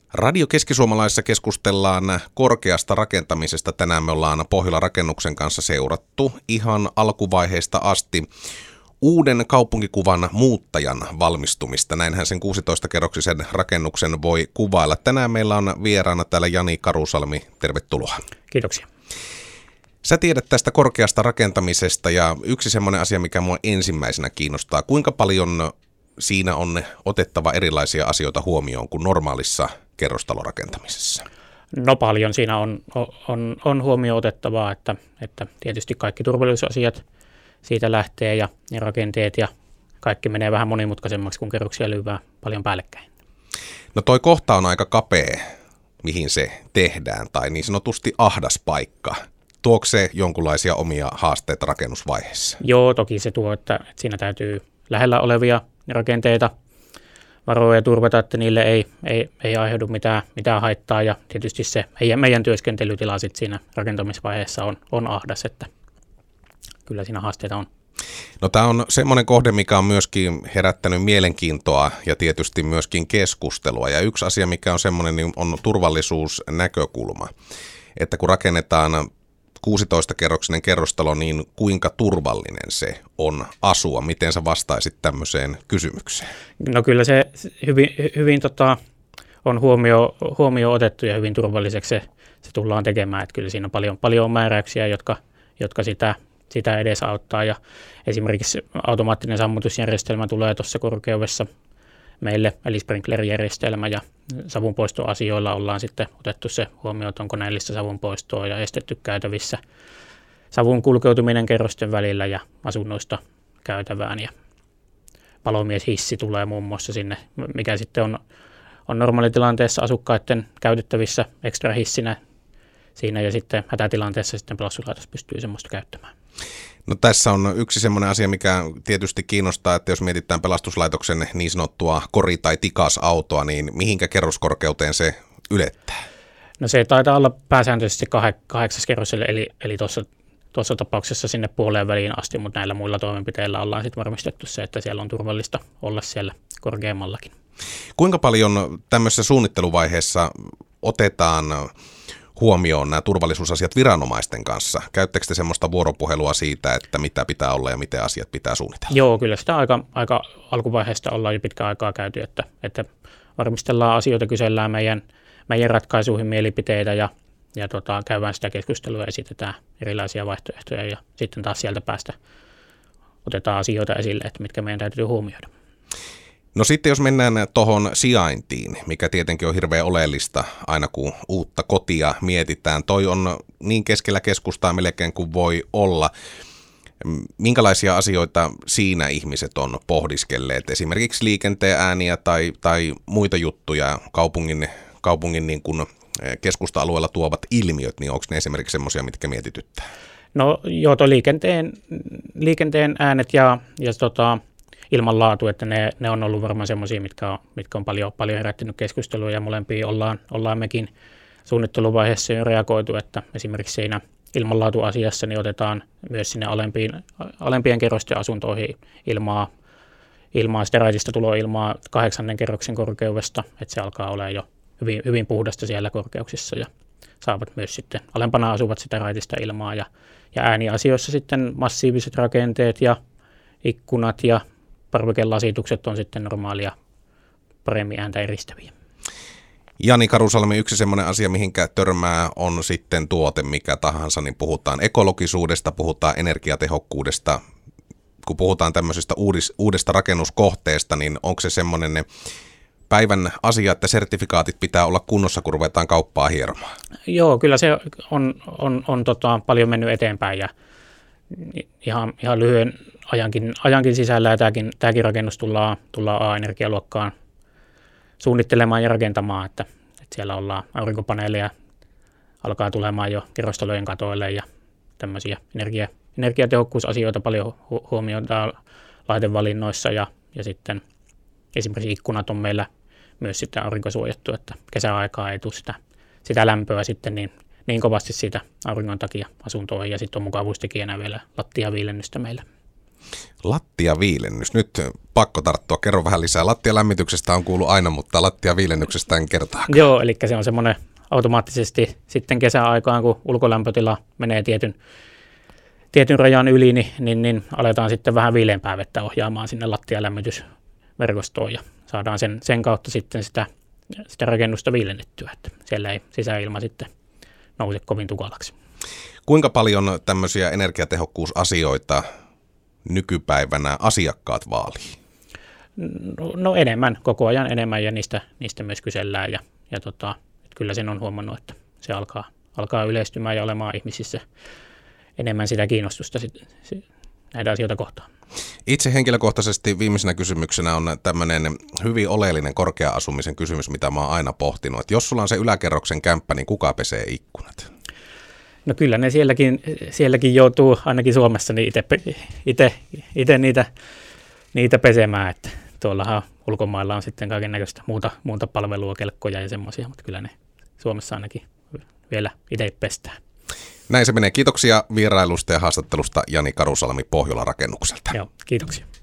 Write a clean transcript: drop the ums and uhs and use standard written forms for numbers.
Radio Keskisuomalaisessa keskustellaan korkeasta rakentamisesta. Tänään me ollaan Pohjola-rakennuksen kanssa seurattu ihan alkuvaiheesta asti uuden kaupunkikuvan muuttajan valmistumista. Näinhän sen 16-kerroksisen rakennuksen voi kuvailla. Tänään meillä on vieraana täällä Jani Karusalmi. Tervetuloa. Kiitoksia. Sä tiedät tästä korkeasta rakentamisesta ja yksi semmoinen asia, mikä mua ensimmäisenä kiinnostaa. Kuinka paljon siinä on otettava erilaisia asioita huomioon kuin normaalissa kerrostalorakentamisessa? No paljon siinä on huomioon otettavaa, että tietysti kaikki turvallisuusasiat siitä lähtee ja rakenteet ja kaikki menee vähän monimutkaisemmaksi, kun kerroksia lyövää paljon päällekkäin. No toi kohta on aika kapea, mihin se tehdään, tai niin sanotusti ahdas paikka. Tuoko se jonkunlaisia omia haasteita rakennusvaiheessa? Joo, toki se tuo, että siinä täytyy lähellä olevia rakenteita varoja ja turvata, että niille ei aiheudu mitään haittaa. Ja tietysti se meidän työskentelytila sit siinä rakentamisvaiheessa on ahdas, että kyllä siinä haasteita on. No tämä on semmoinen kohde, mikä on myöskin herättänyt mielenkiintoa ja tietysti myöskin keskustelua. Ja yksi asia, mikä on semmoinen, niin on turvallisuusnäkökulma. Että kun rakennetaan 16-kerroksinen kerrostalo, niin kuinka turvallinen se on asua? Miten sä vastaisit tämmöiseen kysymykseen? No kyllä se hyvin on huomioon otettu ja hyvin turvalliseksi se tullaan tekemään. Että kyllä siinä on paljon määräyksiä, jotka sitä edesauttaa. Ja esimerkiksi automaattinen sammutusjärjestelmä tulee tuossa korkeudessa meille, eli sprinklerijärjestelmä, ja savunpoistoasioilla ollaan sitten otettu se huomioon, että onko näillistä savunpoistoa ja estetty käytävissä savun kulkeutuminen kerrosten välillä ja asunnoista käytävään. Ja palomieshissi tulee muun muassa sinne, mikä sitten on normaalitilanteessa asukkaiden käytettävissä ekstra hissinä siinä, ja sitten hätätilanteessa sitten pelastuslaitos pystyy semmoista käyttämään. No tässä on yksi semmoinen asia, mikä tietysti kiinnostaa, että jos mietitään pelastuslaitoksen niin sanottua kori- tai tikasautoa, niin mihinkä kerroskorkeuteen se ylettää? No se taitaa olla pääsääntöisesti 8. kerros, eli tuossa tapauksessa sinne puoleen väliin asti, mutta näillä muilla toimenpiteillä ollaan sitten varmistettu se, että siellä on turvallista olla siellä korkeammallakin. Kuinka paljon tämmöisessä suunnitteluvaiheessa otetaan huomioon nämä turvallisuusasiat viranomaisten kanssa? Käyttekö te semmoista vuoropuhelua siitä, että mitä pitää olla ja miten asiat pitää suunnitella? Joo, kyllä sitä aika alkuvaiheesta ollaan jo pitkän aikaa käyty, että varmistellaan asioita, kysellään meidän ratkaisuihin mielipiteitä ja käydään sitä keskustelua ja esitetään erilaisia vaihtoehtoja ja sitten taas sieltä päästä otetaan asioita esille, että mitkä meidän täytyy huomioida. No sitten jos mennään tuohon sijaintiin, mikä tietenkin on hirveän oleellista aina kun uutta kotia mietitään. Toi on niin keskellä keskustaa melkein kuin voi olla. Minkälaisia asioita siinä ihmiset on pohdiskelleet? Esimerkiksi liikenteen ääniä tai muita juttuja kaupungin niin kuin keskusta-alueella tuovat ilmiöt, niin onko ne esimerkiksi semmoisia, mitkä mietityttää? No joo, tuo liikenteen äänet ja ilmanlaatu, että ne on ollut varmaan semmoisia, mitkä on paljon herättänyt keskustelua ja molempia ollaan mekin suunnitteluvaiheessa jo reagoitu, että esimerkiksi siinä ilmanlaatuasiassa niin otetaan myös sinne alempien kerrosten asuntoihin ilmaa sitä raitista tuloilmaa 8. kerroksen korkeudesta, että se alkaa olla jo hyvin puhdasta siellä korkeuksissa ja saavat myös sitten alempana asuvat sitä raitista ilmaa ja ääniasioissa sitten massiiviset rakenteet ja ikkunat ja parvekelasitukset on sitten normaalia paremmin ääntä eristäviä. Jani Karusalmi, yksi semmoinen asia, mihinkä törmää, on sitten tuote mikä tahansa, niin puhutaan ekologisuudesta, puhutaan energiatehokkuudesta. Kun puhutaan tämmöisestä uudesta rakennuskohteesta, niin onko se semmoinen päivän asia, että sertifikaatit pitää olla kunnossa, kun ruvetaan kauppaa hieromaan? Joo, kyllä se on paljon mennyt eteenpäin ja ihan lyhyen ajankin sisällä ja tämäkin rakennus tullaan A-energialuokkaan suunnittelemaan ja rakentamaan, että siellä ollaan aurinkopaneeleja, alkaa tulemaan jo kerrostalojen katoille ja tämmöisiä energiatehokkuusasioita paljon huomioidaan laitevalinnoissa ja sitten esimerkiksi ikkunat on meillä myös sitten aurinkosuojattu, että kesäaikaa ei tule sitä lämpöä sitten niin kovasti siitä auringon takia asuntoihin ja sitten on mukavuustekijänä vielä lattiaviilennystä meillä. Lattiaviilennys. Nyt pakko tarttua. Kerro vähän lisää. Lattialämmityksestä on kuullut aina, mutta lattiaviilennyksestä en kertaa. Joo, eli se on semmoinen automaattisesti sitten kesäaikaan, kun ulkolämpötila menee tietyn rajan yli, niin aletaan sitten vähän viileämpää vettä ohjaamaan sinne lattialämmitysverkostoon ja saadaan sen kautta sitten sitä rakennusta viilennettyä, että siellä ei sisäilma sitten nouse kovin tukalaksi. Kuinka paljon tämmöisiä energiatehokkuusasioita nykypäivänä asiakkaat vaalii? No enemmän, koko ajan enemmän ja niistä myös kysellään ja kyllä sen on huomannut, että se alkaa yleistymään ja olemaan ihmisissä enemmän sitä kiinnostusta näitä asioita kohtaan. Itse henkilökohtaisesti viimeisenä kysymyksenä on tämmöinen hyvin oleellinen korkea-asumisen kysymys, mitä mä oon aina pohtinut. Että jos sulla on se yläkerroksen kämppä, niin kuka pesee ikkunat? No kyllä ne sielläkin joutuu, ainakin Suomessa, niin itse niitä pesemään. Että tuollahan ulkomailla on sitten kaikennäköistä muuta palvelua, kelkkoja ja semmoisia, mutta kyllä ne Suomessa ainakin vielä itse pestään. Näin se menee. Kiitoksia vierailusta ja haastattelusta Jani Karusalmi Pohjola-rakennukselta. Joo, kiitoksia.